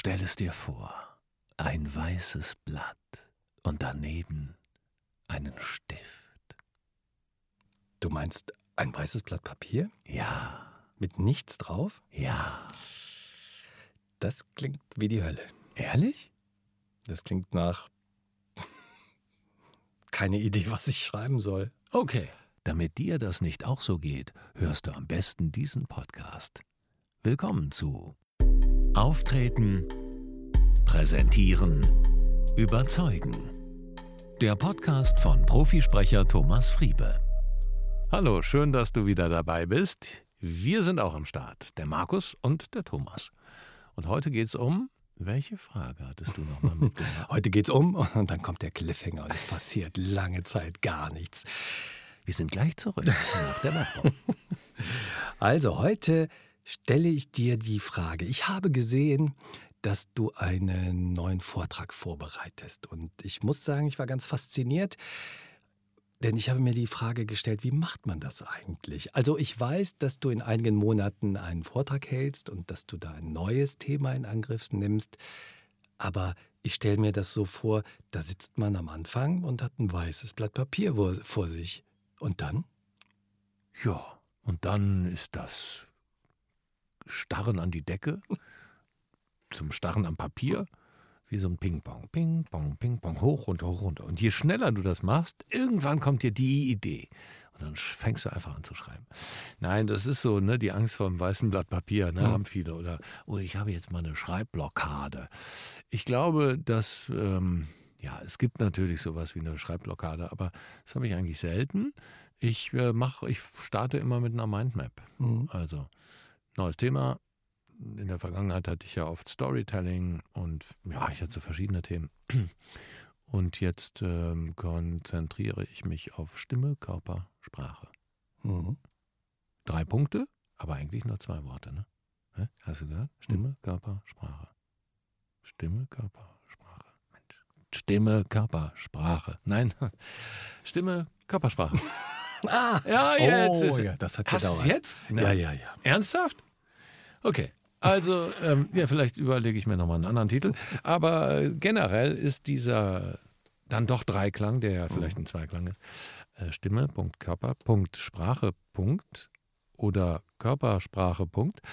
Stell es dir vor, ein weißes Blatt und daneben einen Stift. Du meinst ein weißes Blatt Papier? Ja, Mit nichts drauf? ja. Das klingt wie die Hölle. Ehrlich? Das klingt nach keine Idee, was ich schreiben soll. Okay. Damit dir das nicht auch so geht, hörst du am besten diesen Podcast. Willkommen zu Auftreten, Präsentieren, Überzeugen. Der Podcast von Profisprecher Thomas Friebe. Hallo, schön, dass du wieder dabei bist. Wir sind auch am Start, der Markus und der Thomas. Und heute geht's um... Welche Frage hattest du nochmal mitgebracht? Heute geht's um und dann kommt der Cliffhanger und es passiert lange Zeit gar nichts. Wir sind gleich zurück nach der Werbung. Also heute stelle ich dir die Frage. Ich habe gesehen, dass du einen neuen Vortrag vorbereitest. Und ich muss sagen, ich war ganz fasziniert, denn ich habe mir die Frage gestellt, wie macht man das eigentlich? Also ich weiß, dass du in einigen Monaten einen Vortrag hältst und dass du da ein neues Thema in Angriff nimmst. Aber ich stelle mir das so vor, da sitzt man am Anfang und hat ein weißes Blatt Papier vor sich. Und dann? Ja, und dann ist das Starren an die Decke zum Starren am Papier wie so ein Ping-Pong. Ping-Pong, Ping-Pong, hoch, runter, hoch, runter. Und je schneller du das machst, irgendwann kommt dir die Idee. Und dann fängst du einfach an zu schreiben. Nein, das ist so, ne, die Angst vor dem weißen Blatt Papier, ne, haben viele. Oder, oh, ich habe jetzt mal eine Schreibblockade. Ich glaube, dass, es gibt natürlich sowas wie eine Schreibblockade, aber das habe ich eigentlich selten. Ich starte immer mit einer Mindmap. Also, neues Thema. In der Vergangenheit hatte ich ja oft Storytelling und ja, ich hatte so verschiedene Themen. Und jetzt konzentriere ich mich auf Stimme, Körper, Sprache. 3 Punkte, aber eigentlich nur 2 Worte, ne? Hast du gehört? Stimme, Körper, Sprache. Stimme, Körper, Sprache. Mensch. Stimme, Körper, Sprache. Nein, Stimme, Körpersprache. Ja, jetzt ist es. Ja, das hat Hast du gedauert. es jetzt? Ja. Ernsthaft? Okay. Also, vielleicht überlege ich mir nochmal einen anderen Titel. Aber generell ist dieser dann doch Dreiklang, der ja vielleicht ein Zweiklang ist. Stimme, Punkt, Körper, Punkt, Sprache, Punkt oder Körpersprache, Punkt.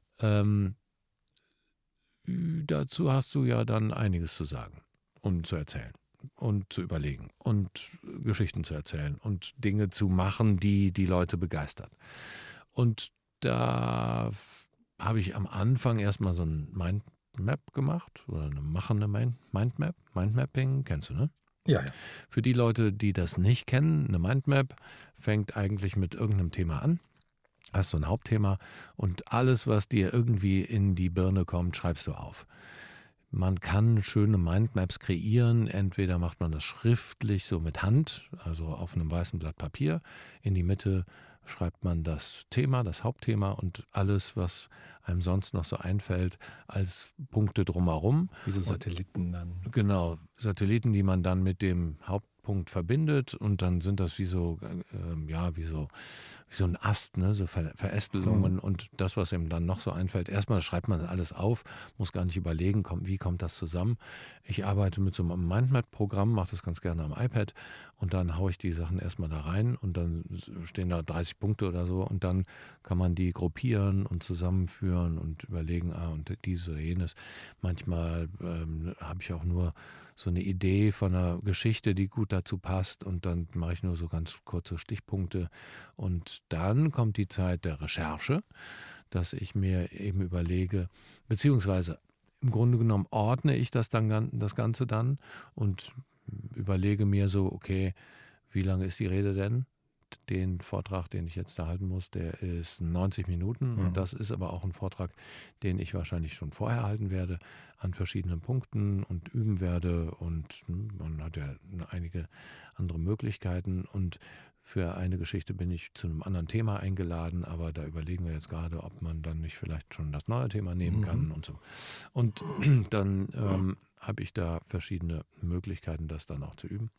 Dazu hast du ja dann einiges zu sagen und zu erzählen und zu überlegen und Geschichten zu erzählen und Dinge zu machen, die die Leute begeistern. Und da habe ich am Anfang erstmal so ein Mindmap gemacht oder eine machende Mindmap. Mindmapping, kennst du, ne? Ja. Für die Leute, die das nicht kennen, eine Mindmap fängt eigentlich mit irgendeinem Thema an. Hast du ein Hauptthema und alles, was dir irgendwie in die Birne kommt, schreibst du auf. Man kann schöne Mindmaps kreieren. Entweder macht man das schriftlich so mit Hand, also auf einem weißen Blatt Papier. In die Mitte schreibt man das Thema, das Hauptthema und alles, was einem sonst noch so einfällt, als Punkte drumherum. Wie so Satelliten dann. Genau, Satelliten, die man dann mit dem Hauptpunkt verbindet und dann sind das wie so ein Ast, ne? So Verästelungen und das, was ihm dann noch so einfällt. Erstmal schreibt man alles auf, muss gar nicht überlegen, wie kommt das zusammen. Ich arbeite mit so einem Mindmap-Programm, mache das ganz gerne am iPad und dann haue ich die Sachen erstmal da rein und dann stehen da 30 Punkte oder so und dann kann man die gruppieren und zusammenführen und überlegen, und dies oder jenes. Manchmal habe ich auch nur so eine Idee von einer Geschichte, die gut dazu passt und dann mache ich nur so ganz kurze Stichpunkte und dann kommt die Zeit der Recherche, dass ich mir eben überlege, beziehungsweise im Grunde genommen ordne ich das Ganze dann und überlege mir so, okay, wie lange ist die Rede denn? Den Vortrag, den ich jetzt da halten muss, der ist 90 Minuten und das ist aber auch ein Vortrag, den ich wahrscheinlich schon vorher halten werde, an verschiedenen Punkten und üben werde und man hat ja einige andere Möglichkeiten und für eine Geschichte bin ich zu einem anderen Thema eingeladen, aber da überlegen wir jetzt gerade, ob man dann nicht vielleicht schon das neue Thema nehmen kann und so. Und dann habe ich da verschiedene Möglichkeiten, das dann auch zu üben.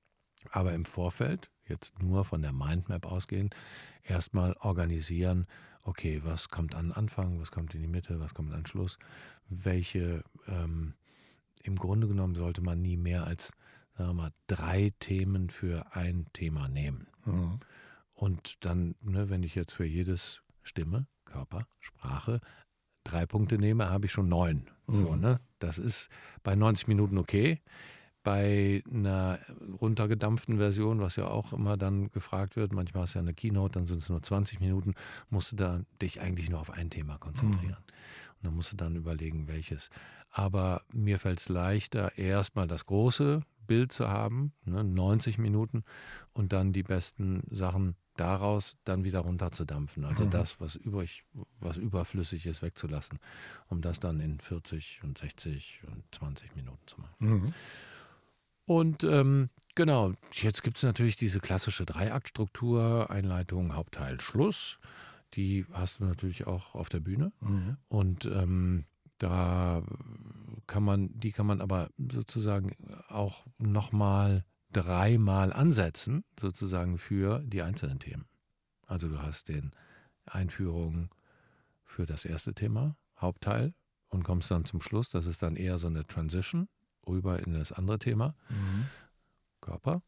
Aber im Vorfeld, jetzt nur von der Mindmap ausgehen, erstmal organisieren okay, was kommt an Anfang, was kommt in die Mitte, was kommt an Schluss, welche, im Grunde genommen sollte man nie mehr als, sagen wir mal, 3 Themen für ein Thema nehmen. Mhm. Und dann, ne, wenn ich jetzt für jedes Stimme, Körper, Sprache 3 Punkte nehme, habe ich schon 9. So, ne? Das ist bei 90 Minuten okay. Bei einer runtergedampften Version, was ja auch immer dann gefragt wird, manchmal ist ja eine Keynote, dann sind es nur 20 Minuten, musst du da dich eigentlich nur auf ein Thema konzentrieren. Und dann musst du dann überlegen, welches. Aber mir fällt es leichter, erstmal das große Bild zu haben, ne, 90 Minuten, und dann die besten Sachen daraus dann wieder runterzudampfen. Also das, was überflüssig ist, wegzulassen, um das dann in 40 und 60 und 20 Minuten zu machen. Mhm. Und genau, jetzt gibt es natürlich diese klassische Dreiaktstruktur, Einleitung, Hauptteil, Schluss. Die hast du natürlich auch auf der Bühne. Mhm. Und die kann man aber sozusagen auch nochmal 3-mal ansetzen, sozusagen für die einzelnen Themen. Also du hast den Einführung für das erste Thema, Hauptteil, und kommst dann zum Schluss. Das ist dann eher so eine Transition rüber in das andere Thema, Körper.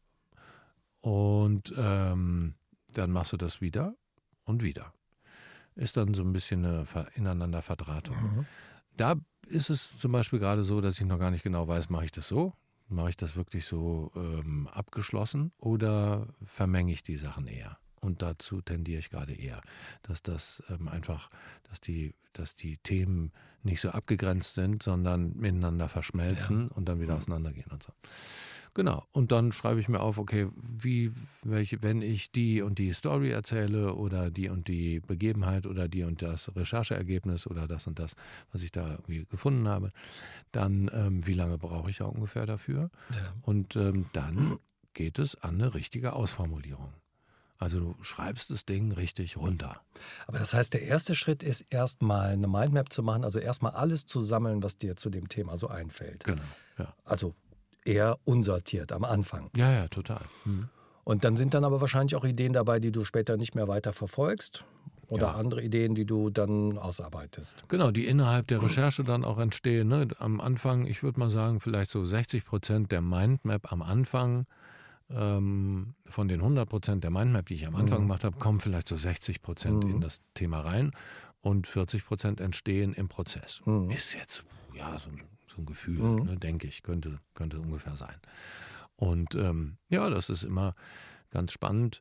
Und dann machst du das wieder und wieder. Ist dann so ein bisschen eine Ineinanderverdrahtung. Da ist es zum Beispiel gerade so, dass ich noch gar nicht genau weiß, mache ich das so? Mache ich das wirklich so abgeschlossen oder vermenge ich die Sachen eher? Und dazu tendiere ich gerade eher, dass das dass die Themen nicht so abgegrenzt sind, sondern miteinander verschmelzen und dann wieder auseinandergehen und so. Genau. Und dann schreibe ich mir auf, okay, wenn ich die und die Story erzähle oder die und die Begebenheit oder die und das Rechercheergebnis oder das und das, was ich da irgendwie gefunden habe, dann wie lange brauche ich da ungefähr dafür? Ja. Und dann geht es an eine richtige Ausformulierung. Also du schreibst das Ding richtig runter. Aber das heißt, der erste Schritt ist erstmal eine Mindmap zu machen, also erstmal alles zu sammeln, was dir zu dem Thema so einfällt. Genau, ja. Also eher unsortiert am Anfang. Ja, total. Und dann sind dann aber wahrscheinlich auch Ideen dabei, die du später nicht mehr weiter verfolgst oder Ja. andere Ideen, die du dann ausarbeitest. Genau, die innerhalb der Recherche dann auch entstehen. Ne? Am Anfang, ich würde mal sagen, vielleicht so 60% der Mindmap am Anfang, von den 100% der Mindmap, die ich am Anfang gemacht habe, kommen vielleicht so 60% in das Thema rein und 40% entstehen im Prozess. Ist jetzt ja so ein Gefühl, ne, denke ich, könnte ungefähr sein. Und ja, das ist immer ganz spannend.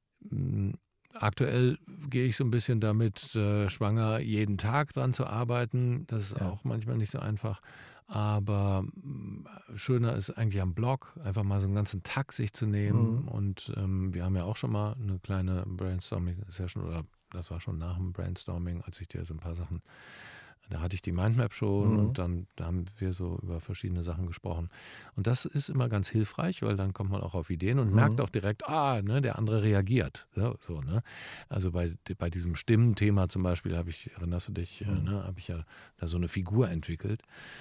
Aktuell gehe ich so ein bisschen damit schwanger, jeden Tag dran zu arbeiten. Das ist auch manchmal nicht so einfach. Aber schöner ist eigentlich am Blog, einfach mal so einen ganzen Tag sich zu nehmen. Und wir haben ja auch schon mal eine kleine Brainstorming-Session, oder das war schon nach dem Brainstorming, als ich dir so ein paar Sachen, da hatte ich die Mindmap schon und dann da haben wir so über verschiedene Sachen gesprochen. Und das ist immer ganz hilfreich, weil dann kommt man auch auf Ideen und merkt auch direkt, ne, der andere reagiert. So, ne? Also bei diesem Stimmenthema zum Beispiel erinnerst du dich, ne, habe ich ja da so eine Figur entwickelt.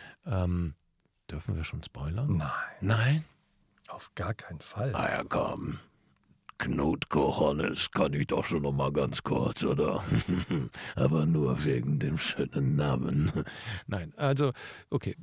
Dürfen wir schon spoilern? Nein, Nein? auf gar keinen Fall. Na ja, komm. Knut Kochonis kann ich doch schon noch mal ganz kurz, oder? Aber nur wegen dem schönen Namen. Nein, also, okay,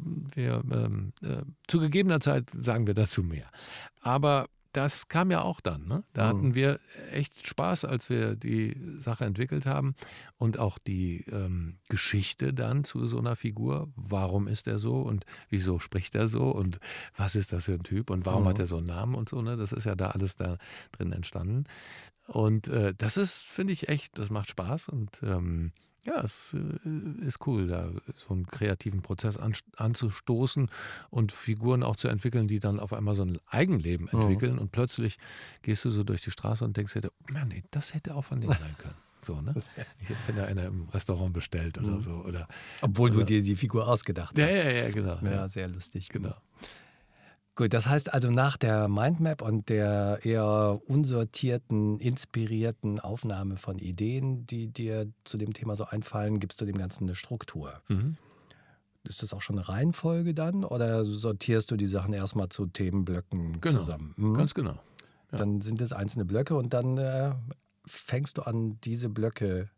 zu gegebener Zeit sagen wir dazu mehr. Aber das kam ja auch dann, ne? Da hatten wir echt Spaß, als wir die Sache entwickelt haben und auch die Geschichte dann zu so einer Figur. Warum ist er so und wieso spricht er so und was ist das für ein Typ und warum hat er so einen Namen und so, ne? Das ist ja da alles da drin entstanden. Und das ist, finde ich echt, das macht Spaß und ja, es ist cool, da so einen kreativen Prozess anzustoßen und Figuren auch zu entwickeln, die dann auf einmal so ein Eigenleben entwickeln und plötzlich gehst du so durch die Straße und denkst dir, Mann, ey, das hätte auch von dem sein können. So, ne? Ich bin da einer im Restaurant bestellt oder so. Oder, Obwohl du dir die Figur ausgedacht hast. Ja, genau. Ja, sehr lustig. Genau. Gut, das heißt also nach der Mindmap und der eher unsortierten, inspirierten Aufnahme von Ideen, die dir zu dem Thema so einfallen, gibst du dem Ganzen eine Struktur. Ist das auch schon eine Reihenfolge dann oder sortierst du die Sachen erstmal zu Themenblöcken zusammen? Ganz genau. Ja. Dann sind das einzelne Blöcke und dann fängst du an, diese Blöcke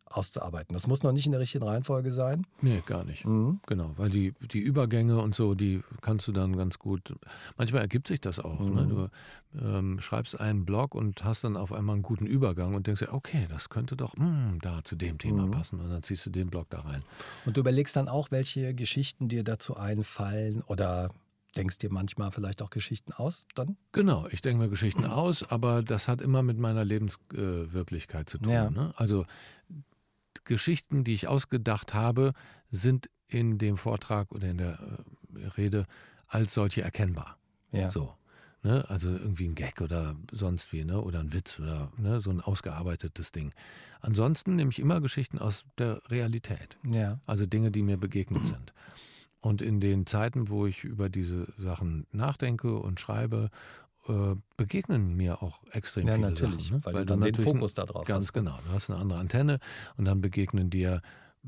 auszuarbeiten. Das muss noch nicht in der richtigen Reihenfolge sein. Nee, gar nicht. Genau, weil die Übergänge und so, die kannst du dann ganz gut. Manchmal ergibt sich das auch. Ne? Du schreibst einen Blog und hast dann auf einmal einen guten Übergang und denkst dir, okay, das könnte doch da zu dem Thema passen. Und dann ziehst du den Blog da rein. Und du überlegst dann auch, welche Geschichten dir dazu einfallen oder denkst dir manchmal vielleicht auch Geschichten aus dann? Genau, ich denke mir Geschichten aus, aber das hat immer mit meiner Lebenswirklichkeit zu tun. Ja. Ne? Also Geschichten, die ich ausgedacht habe, sind in dem Vortrag oder in der Rede als solche erkennbar. Ja. So, ne? Also irgendwie ein Gag oder sonst wie, ne? Oder ein Witz oder ne? So ein ausgearbeitetes Ding. Ansonsten nehme ich immer Geschichten aus der Realität. Ja. Also Dinge, die mir begegnet sind. Und in den Zeiten, wo ich über diese Sachen nachdenke und schreibe, begegnen mir auch extrem viele natürlich, Sachen. Ne? weil du dann den natürlich Fokus da drauf ganz hast. Ne? genau, du hast eine andere Antenne und dann begegnen dir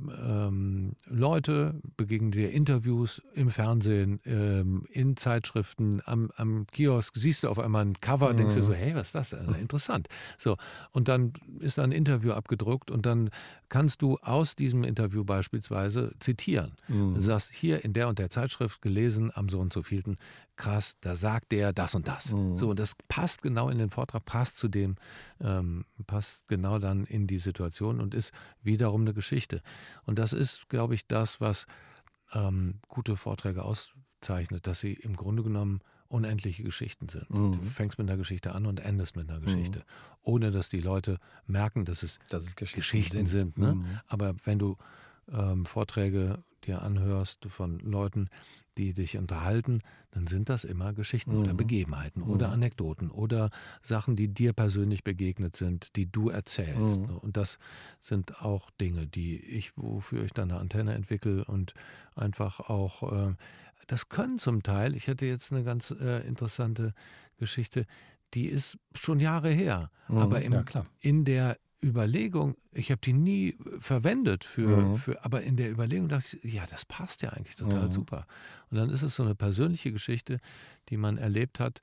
Leute, begegnen dir Interviews im Fernsehen, in Zeitschriften, am Kiosk, siehst du auf einmal ein Cover, denkst du so, hey, was ist das? Interessant. So, und dann ist da ein Interview abgedruckt und dann kannst du aus diesem Interview beispielsweise zitieren. Du sagst, hier in der und der Zeitschrift gelesen, am so und so vielten, krass, da sagt der das und das. So, und das passt genau in den Vortrag, passt zu dem, passt genau dann in die Situation und ist wiederum eine Geschichte. Und das ist, glaube ich, das, was gute Vorträge auszeichnet, dass sie im Grunde genommen unendliche Geschichten sind. Du fängst mit einer Geschichte an und endest mit einer Geschichte, ohne dass die Leute merken, dass es Geschichten sind. Ne? Aber wenn du Vorträge dir anhörst von Leuten, die dich unterhalten, dann sind das immer Geschichten oder Begebenheiten oder Anekdoten oder Sachen, die dir persönlich begegnet sind, die du erzählst. Und das sind auch Dinge, wofür ich dann eine Antenne entwickle und einfach auch, das können zum Teil, ich hatte jetzt eine ganz interessante Geschichte, die ist schon Jahre her, aber in der Überlegung, ich habe die nie verwendet aber in der Überlegung dachte ich, ja, das passt ja eigentlich total super. Und dann ist es so eine persönliche Geschichte, die man erlebt hat,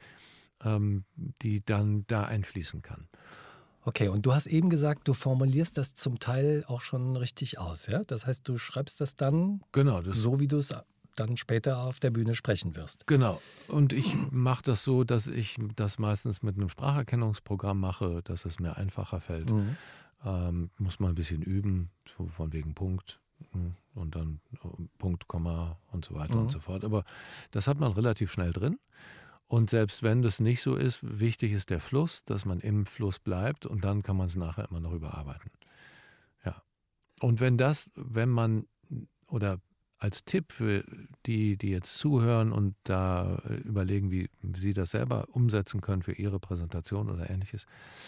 die dann da einfließen kann. Okay, und du hast eben gesagt, du formulierst das zum Teil auch schon richtig aus, ja? Das heißt, du schreibst das dann so, wie du es dann später auf der Bühne sprechen wirst. Genau. Und ich mache das so, dass ich das meistens mit einem Spracherkennungsprogramm mache, dass es mir einfacher fällt. Muss man ein bisschen üben, von wegen Punkt und dann Punkt, Komma und so weiter und so fort. Aber das hat man relativ schnell drin. Und selbst wenn das nicht so ist, wichtig ist der Fluss, dass man im Fluss bleibt und dann kann man es nachher immer noch überarbeiten. Ja. Und wenn man oder als Tipp für die jetzt zuhören und da überlegen, wie sie das selber umsetzen können für ihre Präsentation oder Ähnliches.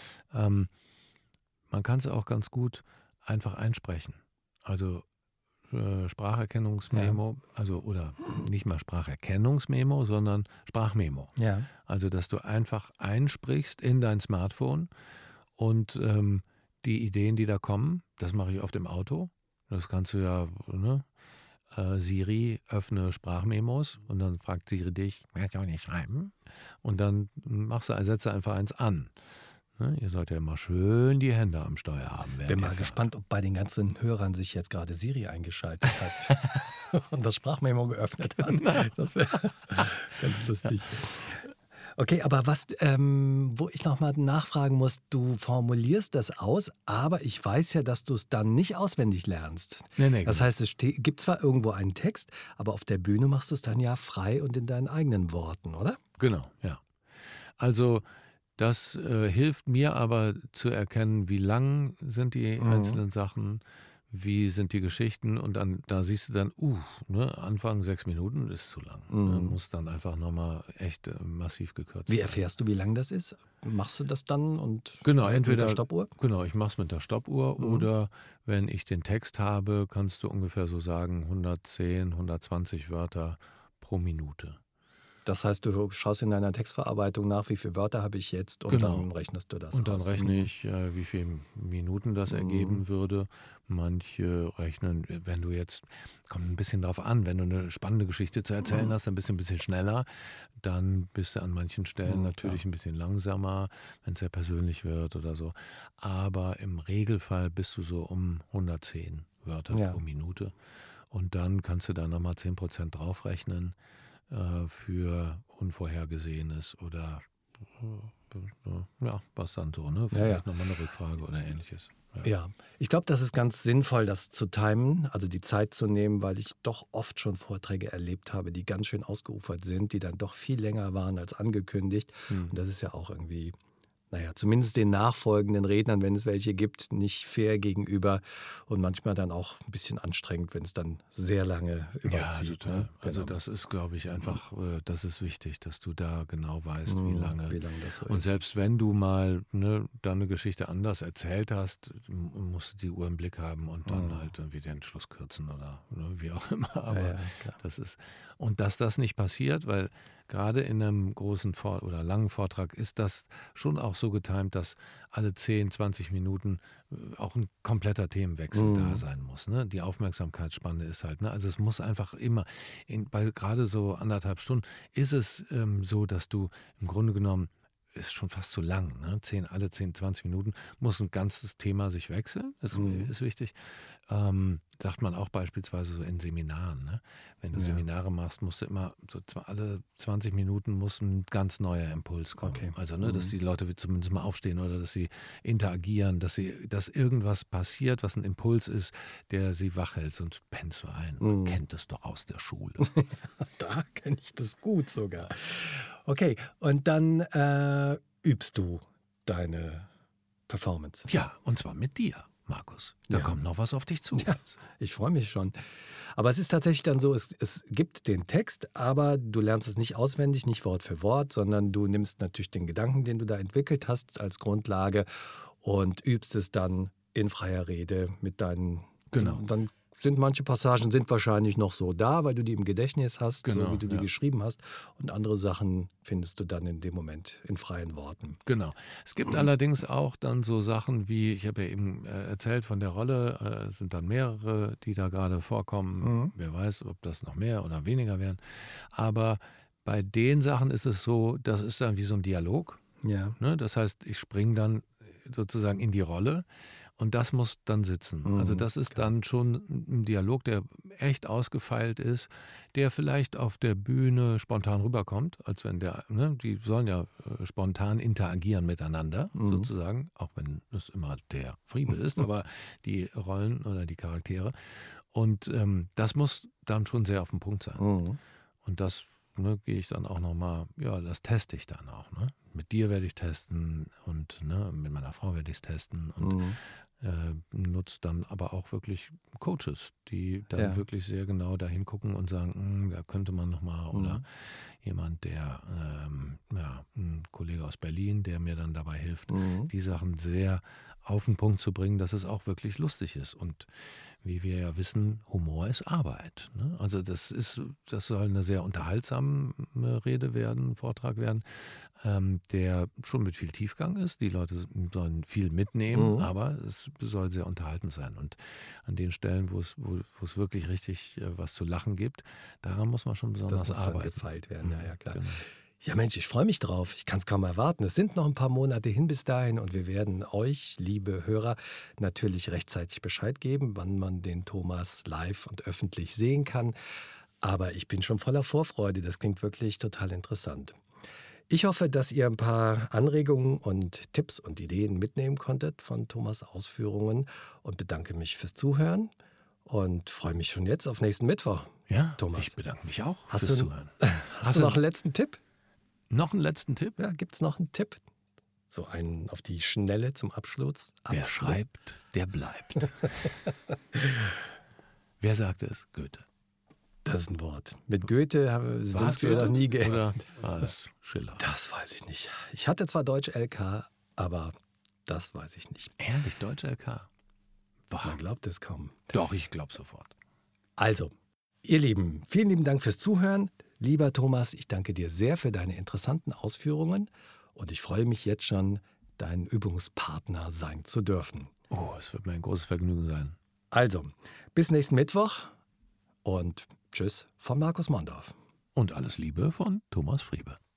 Man kann es auch ganz gut einfach einsprechen. Also Spracherkennungsmemo, oder nicht mal Spracherkennungsmemo, sondern Sprachmemo. Ja. Also, dass du einfach einsprichst in dein Smartphone und die Ideen, die da kommen, das mache ich oft im Auto. Das kannst du ja, ne? Siri, öffne Sprachmemos und dann fragt Siri dich, kannst du auch nicht schreiben? Und dann setze einfach eins an. Ne? Ihr sollt ja immer schön die Hände am Steuer haben. Bin mal gespannt, ob bei den ganzen Hörern sich jetzt gerade Siri eingeschaltet hat und das Sprachmemo geöffnet hat. Das wäre ganz lustig. Okay, aber wo ich nochmal nachfragen muss, du formulierst das aus, aber ich weiß ja, dass du es dann nicht auswendig lernst. Nee, das heißt, es gibt zwar irgendwo einen Text, aber auf der Bühne machst du es dann ja frei und in deinen eigenen Worten, oder? Genau, ja. Also das hilft mir aber zu erkennen, wie lang sind die einzelnen Sachen, wie sind die Geschichten und dann da siehst du dann, Anfang 6 Minuten ist zu lang. Muss dann einfach nochmal echt massiv gekürzt werden. Wie erfährst du, wie lang das ist? Machst du das dann und entweder mit der Stoppuhr? Genau, ich mache es mit der Stoppuhr oder wenn ich den Text habe, kannst du ungefähr so sagen 110, 120 Wörter pro Minute. Das heißt, du schaust in deiner Textverarbeitung nach, wie viele Wörter habe ich jetzt und Genau. dann rechnest du das Und dann aus. rechne ich, wie viele Minuten das ergeben würde. Manche rechnen, wenn du jetzt, kommt ein bisschen drauf an, wenn du eine spannende Geschichte zu erzählen hast, dann bist du ein bisschen schneller. Dann bist du an manchen Stellen natürlich ein bisschen langsamer, wenn es sehr persönlich wird oder so. Aber im Regelfall bist du so um 110 Wörter pro Minute. Und dann kannst du da nochmal 10% draufrechnen für Unvorhergesehenes oder was dann so, ne? Vielleicht nochmal eine Rückfrage oder ähnliches. Ja, ich glaube, das ist ganz sinnvoll, das zu timen, also die Zeit zu nehmen, weil ich doch oft schon Vorträge erlebt habe, die ganz schön ausgeufert sind, die dann doch viel länger waren als angekündigt. Und das ist ja auch irgendwie, zumindest den nachfolgenden Rednern, wenn es welche gibt, nicht fair gegenüber und manchmal dann auch ein bisschen anstrengend, wenn es dann sehr lange überzieht. Ja, total. Ne? Also das ist, glaube ich, einfach, das ist wichtig, dass du da genau weißt, wie lange das so und ist. selbst wenn du mal deine Geschichte anders erzählt hast, musst du die Uhr im Blick haben und dann halt irgendwie den Schluss kürzen oder wie auch immer. Aber klar. das ist, und dass das nicht passiert, weil gerade in einem großen oder langen Vortrag ist das schon auch so getimt, dass alle 10, 20 Minuten auch ein kompletter Themenwechsel da sein muss. Ne? Die Aufmerksamkeitsspanne ist halt, also es muss einfach immer, bei gerade so 1,5 Stunden ist es so, dass du im Grunde genommen, ist schon fast zu lang, ne? Alle 10, 20 Minuten muss ein ganzes Thema sich wechseln, ist wichtig. Sagt man auch beispielsweise so in Seminaren. Ne? Wenn du Seminare machst, musst du immer, alle 20 Minuten muss ein ganz neuer Impuls kommen. Okay. Also, dass die Leute zumindest mal aufstehen oder dass sie interagieren, dass irgendwas passiert, was ein Impuls ist, der sie wach hält, sonst pennst du ein. Man kennt das doch aus der Schule. Da kenne ich das gut sogar. Okay, und dann übst du deine Performance. Ja, und zwar mit dir, Markus. Da kommt noch was auf dich zu. Ja, ich freue mich schon. Aber es ist tatsächlich dann so, es gibt den Text, aber du lernst es nicht auswendig, nicht Wort für Wort, sondern du nimmst natürlich den Gedanken, den du da entwickelt hast, als Grundlage und übst es dann in freier Rede mit deinen... Genau. Dann sind manche Passagen wahrscheinlich noch so da, weil du die im Gedächtnis hast, so wie du die geschrieben hast. Und andere Sachen findest du dann in dem Moment in freien Worten. Genau. Es gibt allerdings auch dann so Sachen wie, ich habe ja eben erzählt von der Rolle, es sind dann mehrere, die da gerade vorkommen. Wer weiß, ob das noch mehr oder weniger werden. Aber bei den Sachen ist es so, das ist dann wie so ein Dialog. Ja. Ne? Das heißt, ich springe dann sozusagen in die Rolle. Und das muss dann sitzen. Also das ist dann schon ein Dialog, der echt ausgefeilt ist, der vielleicht auf der Bühne spontan rüberkommt, als wenn die sollen ja spontan interagieren miteinander, sozusagen, auch wenn es immer der Friebe ist, aber die Rollen oder die Charaktere. Und das muss dann schon sehr auf den Punkt sein. Und das gehe ich dann auch nochmal, das teste ich dann auch. Ne? Mit dir werde ich testen und mit meiner Frau werde ich es testen und nutzt dann aber auch wirklich Coaches, die dann wirklich sehr genau da hingucken und sagen, da könnte man nochmal oder jemand, der, ein Kollege aus Berlin, der mir dann dabei hilft, die Sachen sehr auf den Punkt zu bringen, dass es auch wirklich lustig ist. Und wie wir ja wissen, Humor ist Arbeit. Ne? Also das soll eine sehr unterhaltsame Rede werden, Vortrag werden, der schon mit viel Tiefgang ist. Die Leute sollen viel mitnehmen, aber es soll sehr unterhaltend sein. Und an den Stellen, wo es wirklich richtig was zu lachen gibt, daran muss man schon besonders das muss arbeiten. dann gefeilt werden, ja klar. Genau. Ja Mensch, ich freue mich drauf. Ich kann es kaum erwarten. Es sind noch ein paar Monate hin bis dahin und wir werden euch, liebe Hörer, natürlich rechtzeitig Bescheid geben, wann man den Thomas live und öffentlich sehen kann. Aber ich bin schon voller Vorfreude. Das klingt wirklich total interessant. Ich hoffe, dass ihr ein paar Anregungen und Tipps und Ideen mitnehmen konntet von Thomas' Ausführungen und bedanke mich fürs Zuhören und freue mich schon jetzt auf nächsten Mittwoch. Ja, Thomas. Ich bedanke mich auch Hast fürs du- Zuhören. Hast du noch einen letzten Tipp? Noch einen letzten Tipp? Ja, gibt es noch einen Tipp? So einen auf die Schnelle zum Abschluss? Wer schreibt, der bleibt. Wer sagte es? Goethe. Das ist ein Wort. Mit Goethe War es sind wir Goethe noch nie geändert. oder war es Schiller? Das weiß ich nicht. Ich hatte zwar Deutsch LK, aber das weiß ich nicht. Ehrlich, deutsche LK? Boah. Man glaubt es kaum. Doch, ich glaube sofort. Also, ihr Lieben, vielen lieben Dank fürs Zuhören. Lieber Thomas, ich danke dir sehr für deine interessanten Ausführungen und ich freue mich jetzt schon, dein Übungspartner sein zu dürfen. Oh, es wird mir ein großes Vergnügen sein. Also, bis nächsten Mittwoch und tschüss von Markus Mondorf. Und alles Liebe von Thomas Friebe.